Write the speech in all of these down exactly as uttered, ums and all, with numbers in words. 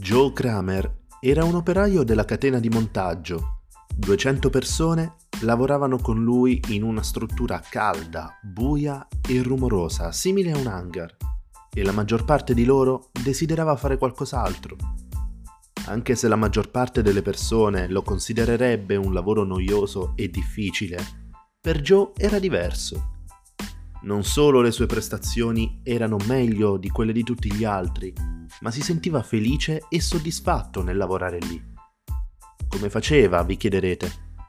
Joe Kramer era un operaio della catena di montaggio. duecento persone lavoravano con lui in una struttura calda, buia e rumorosa, simile a un hangar, e la maggior parte di loro desiderava fare qualcos'altro. Anche se la maggior parte delle persone lo considererebbe un lavoro noioso e difficile, per Joe era diverso. Non solo le sue prestazioni erano meglio di quelle di tutti gli altri, ma si sentiva felice e soddisfatto nel lavorare lì. Come faceva, vi chiederete?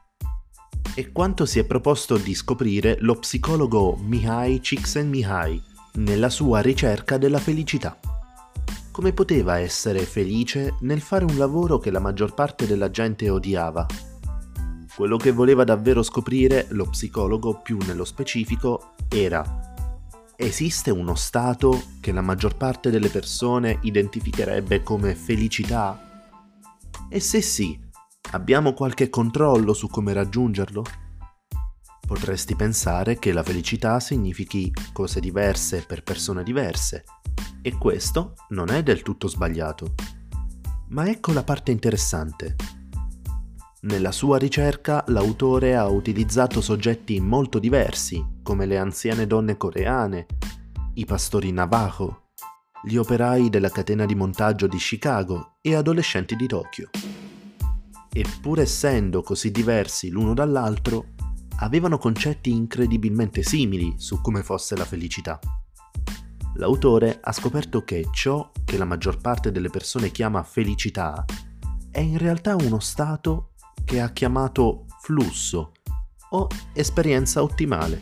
E quanto si è proposto di scoprire lo psicologo Mihai Csikszentmihalyi nella sua ricerca della felicità. Come poteva essere felice nel fare un lavoro che la maggior parte della gente odiava? Quello che voleva davvero scoprire lo psicologo, più nello specifico, era: esiste uno stato che la maggior parte delle persone identificherebbe come felicità? E se sì, abbiamo qualche controllo su come raggiungerlo? Potresti pensare che la felicità significhi cose diverse per persone diverse, e questo non è del tutto sbagliato. Ma ecco la parte interessante. Nella sua ricerca l'autore ha utilizzato soggetti molto diversi, come le anziane donne coreane, i pastori Navajo, gli operai della catena di montaggio di Chicago e adolescenti di Tokyo. E pur essendo così diversi l'uno dall'altro, avevano concetti incredibilmente simili su come fosse la felicità. L'autore ha scoperto che ciò che la maggior parte delle persone chiama felicità è in realtà uno stato che ha chiamato flusso o esperienza ottimale.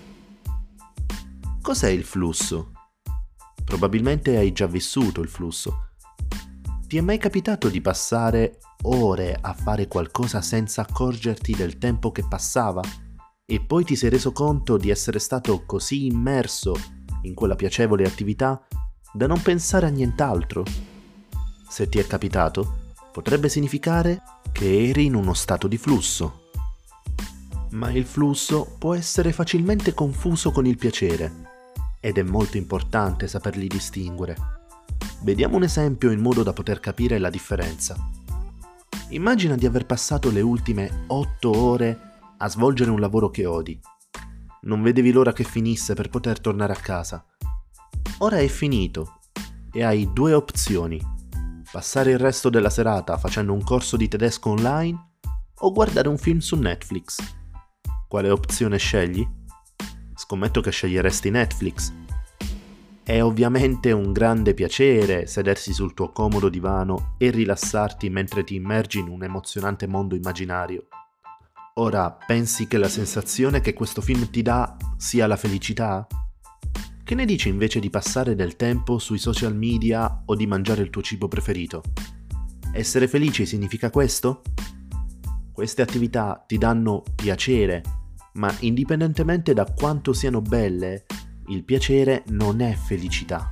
Cos'è il flusso? Probabilmente hai già vissuto il flusso. Ti è mai capitato di passare ore a fare qualcosa senza accorgerti del tempo che passava? E poi ti sei reso conto di essere stato così immerso in quella piacevole attività da non pensare a nient'altro? Se ti è capitato, potrebbe significare che eri in uno stato di flusso. Ma il flusso può essere facilmente confuso con il piacere, ed è molto importante saperli distinguere. Vediamo un esempio in modo da poter capire la differenza. Immagina di aver passato le ultime otto ore a svolgere un lavoro che odi. Non vedevi l'ora che finisse per poter tornare a casa. Ora è finito e hai due opzioni: passare il resto della serata facendo un corso di tedesco online o guardare un film su Netflix. Quale opzione scegli? Scommetto che sceglieresti Netflix. È ovviamente un grande piacere sedersi sul tuo comodo divano e rilassarti mentre ti immergi in un emozionante mondo immaginario. Ora, pensi che la sensazione che questo film ti dà sia la felicità? Che ne dici invece di passare del tempo sui social media o di mangiare il tuo cibo preferito? Essere felici significa questo? Queste attività ti danno piacere, ma indipendentemente da quanto siano belle, il piacere non è felicità.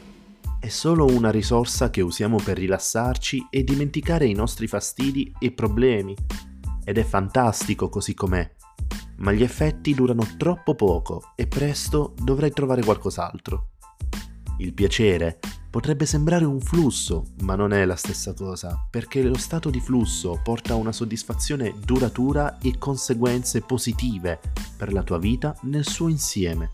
È solo una risorsa che usiamo per rilassarci e dimenticare i nostri fastidi e problemi. Ed è fantastico così com'è, ma gli effetti durano troppo poco e presto dovrai trovare qualcos'altro. Il piacere potrebbe sembrare un flusso, ma non è la stessa cosa, perché lo stato di flusso porta a una soddisfazione duratura e conseguenze positive per la tua vita nel suo insieme.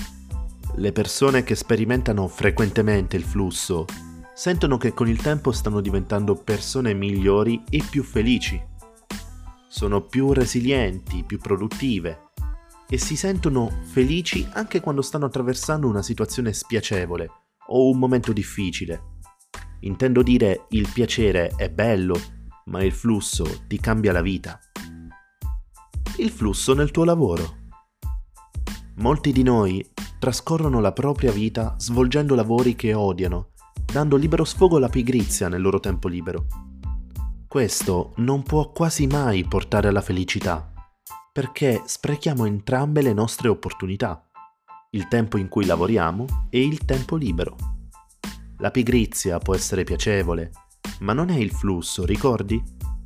Le persone che sperimentano frequentemente il flusso sentono che con il tempo stanno diventando persone migliori e più felici. Sono più resilienti, più produttive e si sentono felici anche quando stanno attraversando una situazione spiacevole o un momento difficile. Intendo dire, il piacere è bello, ma il flusso ti cambia la vita. Il flusso nel tuo lavoro. Molti di noi trascorrono la propria vita svolgendo lavori che odiano, dando libero sfogo alla pigrizia nel loro tempo libero. Questo non può quasi mai portare alla felicità, perché sprechiamo entrambe le nostre opportunità, il tempo in cui lavoriamo e il tempo libero. La pigrizia può essere piacevole, ma non è il flusso, ricordi?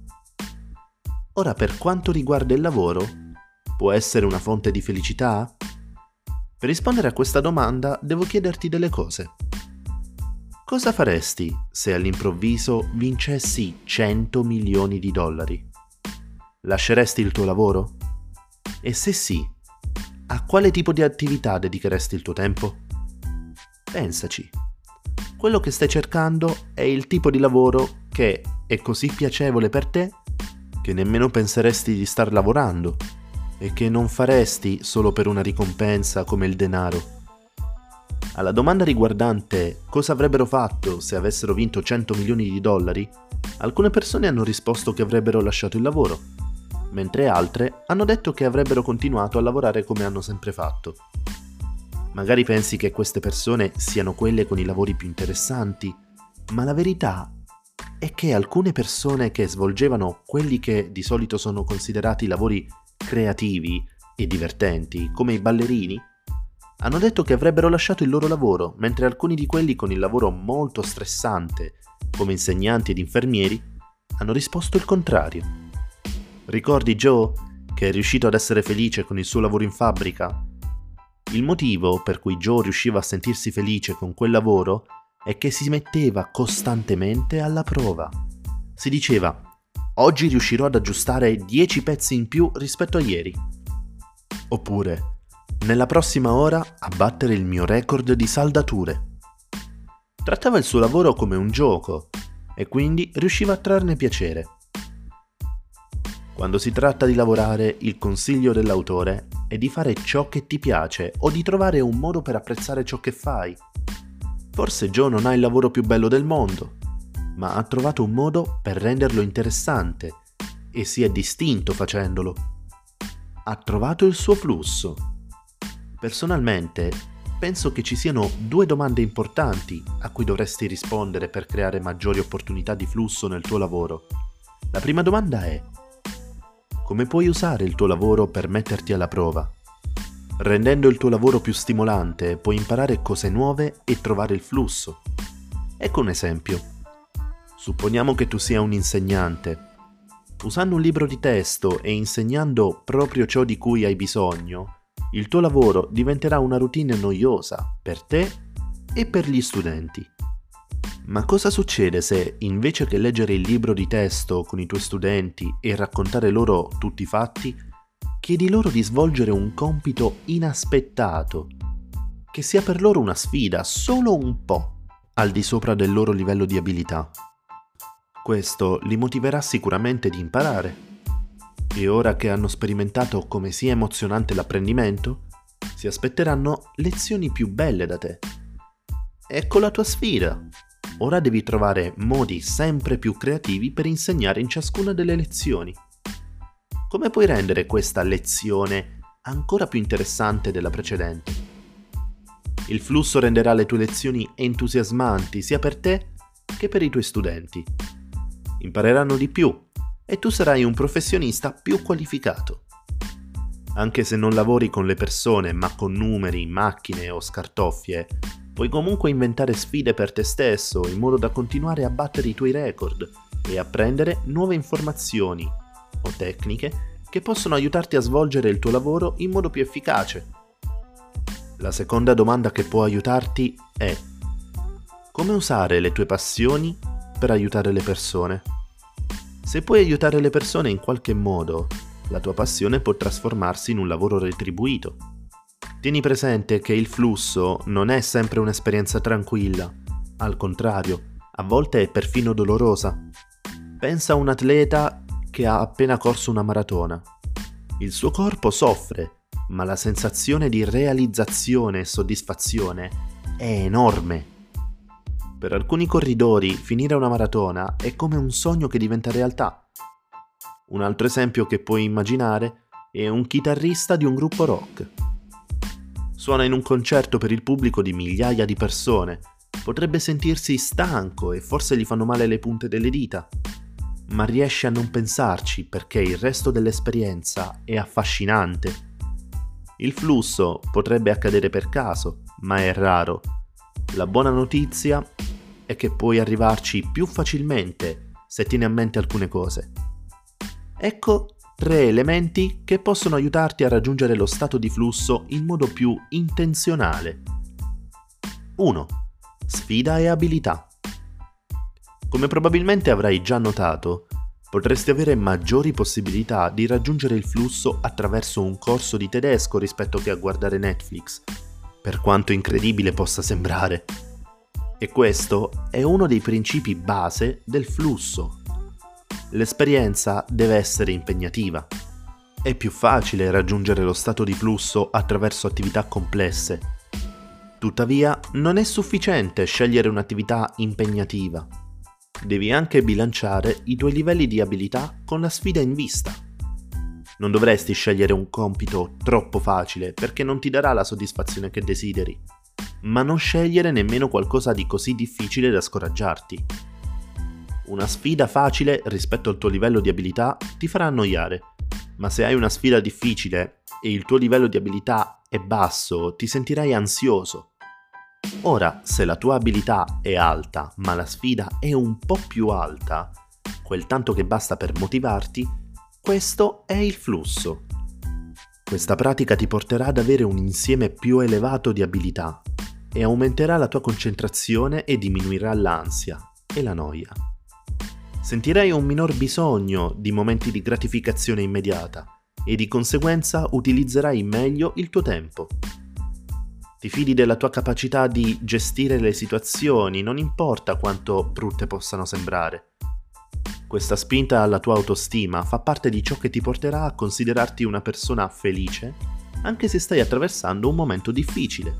Ora, per quanto riguarda il lavoro, può essere una fonte di felicità? Per rispondere a questa domanda devo chiederti delle cose. Cosa faresti se all'improvviso vincessi cento milioni di dollari? Lasceresti il tuo lavoro? E se sì, a quale tipo di attività dedicheresti il tuo tempo? Pensaci. Quello che stai cercando è il tipo di lavoro che è così piacevole per te che nemmeno penseresti di star lavorando e che non faresti solo per una ricompensa come il denaro. Alla domanda riguardante cosa avrebbero fatto se avessero vinto cento milioni di dollari, alcune persone hanno risposto che avrebbero lasciato il lavoro, mentre altre hanno detto che avrebbero continuato a lavorare come hanno sempre fatto. Magari pensi che queste persone siano quelle con i lavori più interessanti, ma la verità è che alcune persone che svolgevano quelli che di solito sono considerati lavori creativi e divertenti, come i ballerini, hanno detto che avrebbero lasciato il loro lavoro, mentre alcuni di quelli con il lavoro molto stressante, come insegnanti ed infermieri, hanno risposto il contrario. Ricordi Joe, che è riuscito ad essere felice con il suo lavoro in fabbrica? Il motivo per cui Joe riusciva a sentirsi felice con quel lavoro è che si metteva costantemente alla prova. Si diceva: oggi riuscirò ad aggiustare dieci pezzi in più rispetto a ieri. Oppure: nella prossima ora abbattere il mio record di saldature. Trattava il suo lavoro come un gioco e quindi riusciva a trarne piacere. Quando si tratta di lavorare, il consiglio dell'autore è di fare ciò che ti piace o di trovare un modo per apprezzare ciò che fai. Forse Joe non ha il lavoro più bello del mondo, ma ha trovato un modo per renderlo interessante e si è distinto facendolo. Ha trovato il suo flusso. Personalmente, penso che ci siano due domande importanti a cui dovresti rispondere per creare maggiori opportunità di flusso nel tuo lavoro. La prima domanda è: come puoi usare il tuo lavoro per metterti alla prova? Rendendo il tuo lavoro più stimolante, puoi imparare cose nuove e trovare il flusso. Ecco un esempio. Supponiamo che tu sia un insegnante. Usando un libro di testo e insegnando proprio ciò di cui hai bisogno, il tuo lavoro diventerà una routine noiosa per te e per gli studenti. Ma cosa succede se, invece che leggere il libro di testo con i tuoi studenti e raccontare loro tutti i fatti, chiedi loro di svolgere un compito inaspettato, che sia per loro una sfida solo un po' al di sopra del loro livello di abilità? Questo li motiverà sicuramente di imparare. E ora che hanno sperimentato come sia emozionante l'apprendimento, si aspetteranno lezioni più belle da te. Ecco la tua sfida. Ora devi trovare modi sempre più creativi per insegnare in ciascuna delle lezioni. Come puoi rendere questa lezione ancora più interessante della precedente? Il flusso renderà le tue lezioni entusiasmanti sia per te che per i tuoi studenti. Impareranno di più e tu sarai un professionista più qualificato. Anche se non lavori con le persone, ma con numeri, macchine o scartoffie, puoi comunque inventare sfide per te stesso in modo da continuare a battere i tuoi record e apprendere nuove informazioni o tecniche che possono aiutarti a svolgere il tuo lavoro in modo più efficace. La seconda domanda che può aiutarti è: come usare le tue passioni per aiutare le persone? Se puoi aiutare le persone in qualche modo, la tua passione può trasformarsi in un lavoro retribuito. Tieni presente che il flusso non è sempre un'esperienza tranquilla, al contrario, a volte è perfino dolorosa. Pensa a un atleta che ha appena corso una maratona. Il suo corpo soffre, ma la sensazione di realizzazione e soddisfazione è enorme. Per alcuni corridori, finire una maratona è come un sogno che diventa realtà. Un altro esempio che puoi immaginare è un chitarrista di un gruppo rock. Suona in un concerto per il pubblico di migliaia di persone. Potrebbe sentirsi stanco e forse gli fanno male le punte delle dita, ma riesce a non pensarci perché il resto dell'esperienza è affascinante. Il flusso potrebbe accadere per caso, ma è raro. La buona notizia è che puoi arrivarci più facilmente se tieni a mente alcune cose. Ecco tre elementi che possono aiutarti a raggiungere lo stato di flusso in modo più intenzionale. uno. Sfida e abilità. Come probabilmente avrai già notato, potresti avere maggiori possibilità di raggiungere il flusso attraverso un corso di tedesco rispetto che a guardare Netflix, per quanto incredibile possa sembrare. E questo è uno dei principi base del flusso. L'esperienza deve essere impegnativa. È più facile raggiungere lo stato di flusso attraverso attività complesse. Tuttavia, non è sufficiente scegliere un'attività impegnativa. Devi anche bilanciare i tuoi livelli di abilità con la sfida in vista. Non dovresti scegliere un compito troppo facile perché non ti darà la soddisfazione che desideri, ma non scegliere nemmeno qualcosa di così difficile da scoraggiarti. Una sfida facile rispetto al tuo livello di abilità ti farà annoiare, ma se hai una sfida difficile e il tuo livello di abilità è basso, ti sentirai ansioso. Ora, se la tua abilità è alta, ma la sfida è un po' più alta, quel tanto che basta per motivarti, questo è il flusso. Questa pratica ti porterà ad avere un insieme più elevato di abilità e aumenterà la tua concentrazione e diminuirà l'ansia e la noia. Sentirai un minor bisogno di momenti di gratificazione immediata e di conseguenza utilizzerai meglio il tuo tempo. Ti fidi della tua capacità di gestire le situazioni, non importa quanto brutte possano sembrare. Questa spinta alla tua autostima fa parte di ciò che ti porterà a considerarti una persona felice, anche se stai attraversando un momento difficile.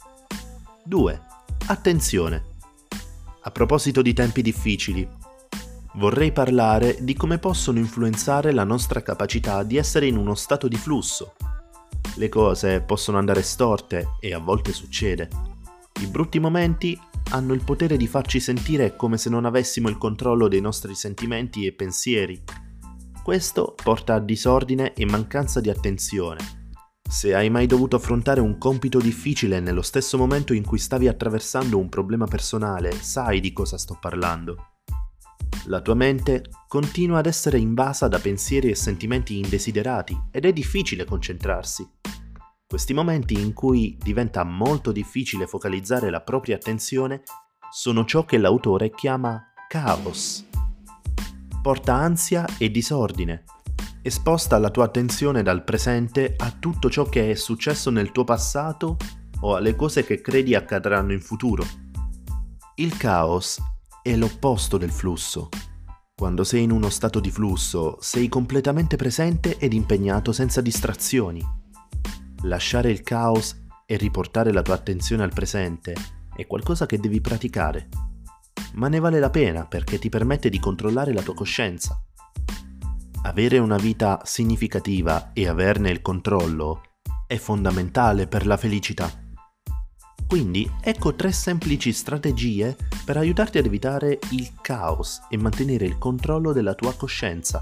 due. Attenzione. A proposito di tempi difficili, vorrei parlare di come possono influenzare la nostra capacità di essere in uno stato di flusso. Le cose possono andare storte e a volte succede. I brutti momenti hanno il potere di farci sentire come se non avessimo il controllo dei nostri sentimenti e pensieri. Questo porta a disordine e mancanza di attenzione. Se hai mai dovuto affrontare un compito difficile nello stesso momento in cui stavi attraversando un problema personale, sai di cosa sto parlando. La tua mente continua ad essere invasa da pensieri e sentimenti indesiderati ed è difficile concentrarsi. Questi momenti in cui diventa molto difficile focalizzare la propria attenzione sono ciò che l'autore chiama caos. Porta ansia e disordine e sposta la tua attenzione dal presente a tutto ciò che è successo nel tuo passato o alle cose che credi accadranno in futuro. Il caos è l'opposto del flusso. Quando sei in uno stato di flusso, sei completamente presente ed impegnato senza distrazioni. Lasciare il caos e riportare la tua attenzione al presente è qualcosa che devi praticare, ma ne vale la pena perché ti permette di controllare la tua coscienza. Avere una vita significativa e averne il controllo è fondamentale per la felicità. Quindi ecco tre semplici strategie per aiutarti ad evitare il caos e mantenere il controllo della tua coscienza.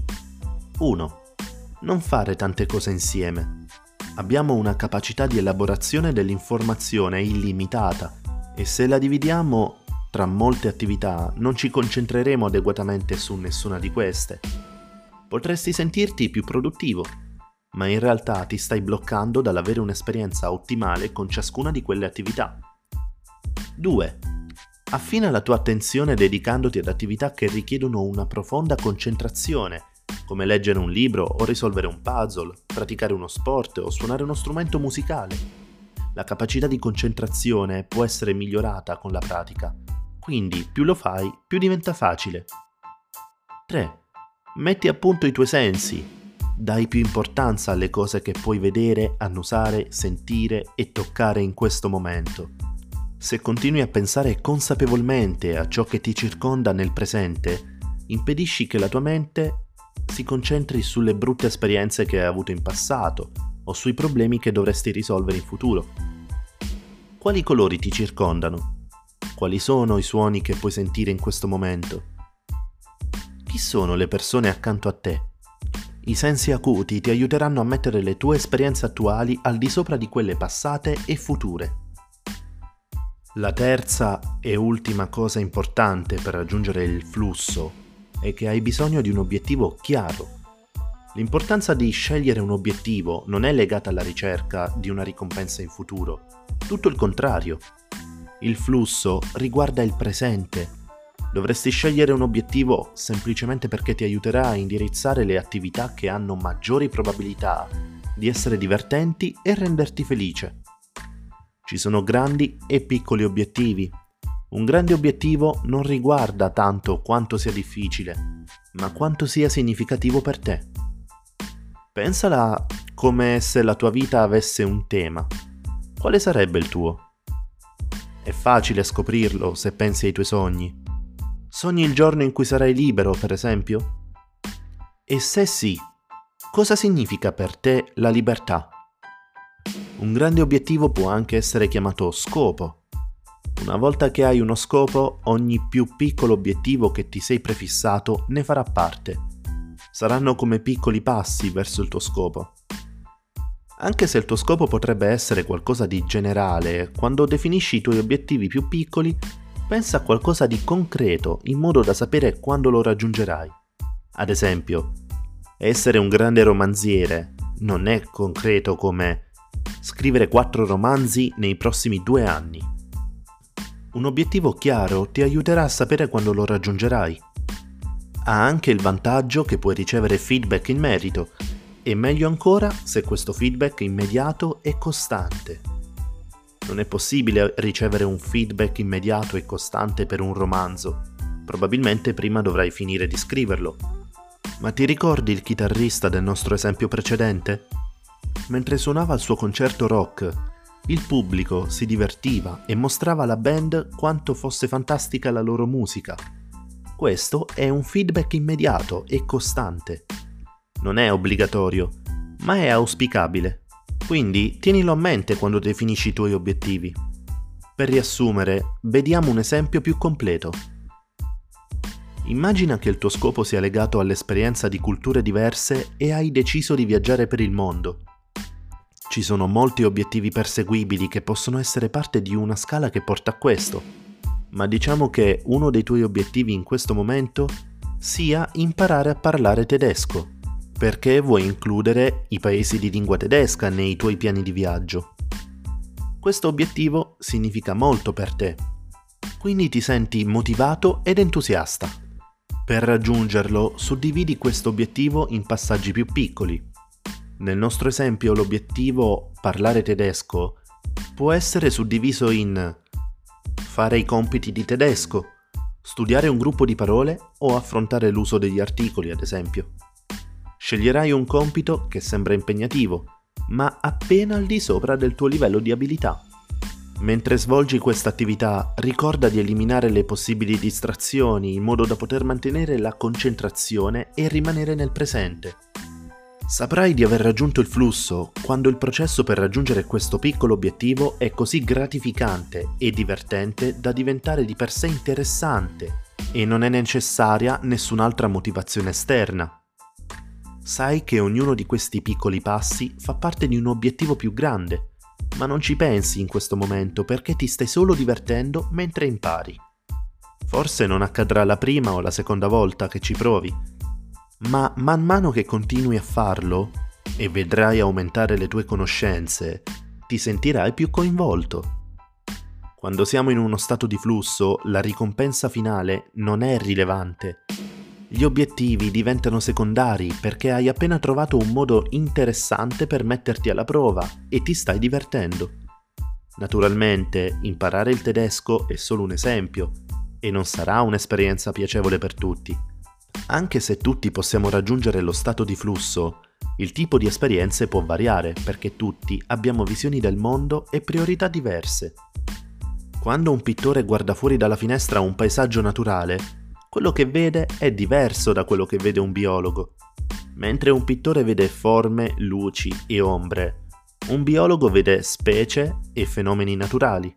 uno. Non fare tante cose insieme. Abbiamo una capacità di elaborazione dell'informazione illimitata e se la dividiamo tra molte attività non ci concentreremo adeguatamente su nessuna di queste. Potresti sentirti più produttivo, ma in realtà ti stai bloccando dall'avere un'esperienza ottimale con ciascuna di quelle attività. due. Affina la tua attenzione dedicandoti ad attività che richiedono una profonda concentrazione, come leggere un libro o risolvere un puzzle, praticare uno sport o suonare uno strumento musicale. La capacità di concentrazione può essere migliorata con la pratica, quindi più lo fai, più diventa facile. tre. Metti a punto i tuoi sensi. Dai più importanza alle cose che puoi vedere, annusare, sentire e toccare in questo momento. Se continui a pensare consapevolmente a ciò che ti circonda nel presente, impedisci che la tua mente si concentri sulle brutte esperienze che hai avuto in passato o sui problemi che dovresti risolvere in futuro. Quali colori ti circondano? Quali sono i suoni che puoi sentire in questo momento? Chi sono le persone accanto a te? I sensi acuti ti aiuteranno a mettere le tue esperienze attuali al di sopra di quelle passate e future. La terza e ultima cosa importante per raggiungere il flusso è che hai bisogno di un obiettivo chiaro. L'importanza di scegliere un obiettivo non è legata alla ricerca di una ricompensa in futuro, tutto il contrario. Il flusso riguarda il presente. Dovresti scegliere un obiettivo semplicemente perché ti aiuterà a indirizzare le attività che hanno maggiori probabilità di essere divertenti e renderti felice. Ci sono grandi e piccoli obiettivi. Un grande obiettivo non riguarda tanto quanto sia difficile, ma quanto sia significativo per te. Pensala come se la tua vita avesse un tema. Quale sarebbe il tuo? È facile scoprirlo se pensi ai tuoi sogni. Sogni il giorno in cui sarai libero, per esempio? E se sì, cosa significa per te la libertà? Un grande obiettivo può anche essere chiamato scopo. Una volta che hai uno scopo, ogni più piccolo obiettivo che ti sei prefissato ne farà parte. Saranno come piccoli passi verso il tuo scopo. Anche se il tuo scopo potrebbe essere qualcosa di generale, quando definisci i tuoi obiettivi più piccoli, pensa a qualcosa di concreto in modo da sapere quando lo raggiungerai. Ad esempio, essere un grande romanziere non è concreto come scrivere quattro romanzi nei prossimi due anni. Un obiettivo chiaro ti aiuterà a sapere quando lo raggiungerai. Ha anche il vantaggio che puoi ricevere feedback in merito, e meglio ancora se questo feedback immediato e costante. Non è possibile ricevere un feedback immediato e costante per un romanzo. Probabilmente prima dovrai finire di scriverlo. Ma ti ricordi il chitarrista del nostro esempio precedente? Mentre suonava il suo concerto rock, il pubblico si divertiva e mostrava alla band quanto fosse fantastica la loro musica. Questo è un feedback immediato e costante. Non è obbligatorio, ma è auspicabile. Quindi tienilo a mente quando definisci i tuoi obiettivi. Per riassumere, vediamo un esempio più completo. Immagina che il tuo scopo sia legato all'esperienza di culture diverse e hai deciso di viaggiare per il mondo. Ci sono molti obiettivi perseguibili che possono essere parte di una scala che porta a questo, ma diciamo che uno dei tuoi obiettivi in questo momento sia imparare a parlare tedesco, perché vuoi includere i paesi di lingua tedesca nei tuoi piani di viaggio. Questo obiettivo significa molto per te, quindi ti senti motivato ed entusiasta. Per raggiungerlo, suddividi questo obiettivo in passaggi più piccoli. Nel nostro esempio, l'obiettivo parlare tedesco può essere suddiviso in fare i compiti di tedesco, studiare un gruppo di parole o affrontare l'uso degli articoli, ad esempio. Sceglierai un compito che sembra impegnativo, ma appena al di sopra del tuo livello di abilità. Mentre svolgi questa attività, ricorda di eliminare le possibili distrazioni in modo da poter mantenere la concentrazione e rimanere nel presente. Saprai di aver raggiunto il flusso quando il processo per raggiungere questo piccolo obiettivo è così gratificante e divertente da diventare di per sé interessante e non è necessaria nessun'altra motivazione esterna. Sai che ognuno di questi piccoli passi fa parte di un obiettivo più grande, ma non ci pensi in questo momento perché ti stai solo divertendo mentre impari. Forse non accadrà la prima o la seconda volta che ci provi, ma man mano che continui a farlo e vedrai aumentare le tue conoscenze, ti sentirai più coinvolto. Quando siamo in uno stato di flusso, la ricompensa finale non è rilevante. Gli obiettivi diventano secondari perché hai appena trovato un modo interessante per metterti alla prova e ti stai divertendo. Naturalmente, imparare il tedesco è solo un esempio e non sarà un'esperienza piacevole per tutti. Anche se tutti possiamo raggiungere lo stato di flusso, il tipo di esperienze può variare perché tutti abbiamo visioni del mondo e priorità diverse. Quando un pittore guarda fuori dalla finestra un paesaggio naturale, quello che vede è diverso da quello che vede un biologo. Mentre un pittore vede forme, luci e ombre, un biologo vede specie e fenomeni naturali.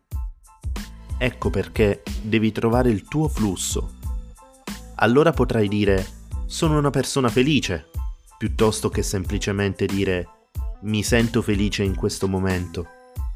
Ecco perché devi trovare il tuo flusso. Allora potrai dire sono una persona felice, piuttosto che semplicemente dire mi sento felice in questo momento.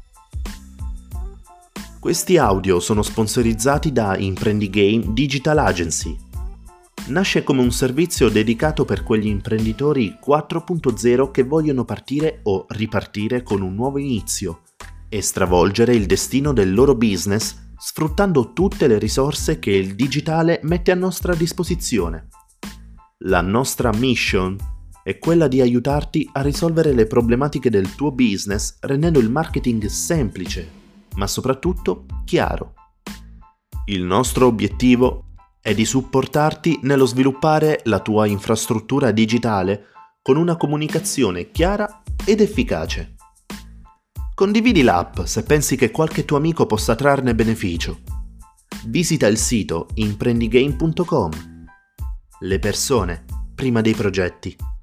Questi audio sono sponsorizzati da Imprendigame Digital Agency. Nasce come un servizio dedicato per quegli imprenditori quattro punto zero che vogliono partire o ripartire con un nuovo inizio e stravolgere il destino del loro business sfruttando tutte le risorse che il digitale mette a nostra disposizione. La nostra mission è quella di aiutarti a risolvere le problematiche del tuo business rendendo il marketing semplice, ma soprattutto chiaro. Il nostro obiettivo è di supportarti nello sviluppare la tua infrastruttura digitale con una comunicazione chiara ed efficace. Condividi l'app se pensi che qualche tuo amico possa trarne beneficio. Visita il sito imprendigame punto com. Le persone prima dei progetti.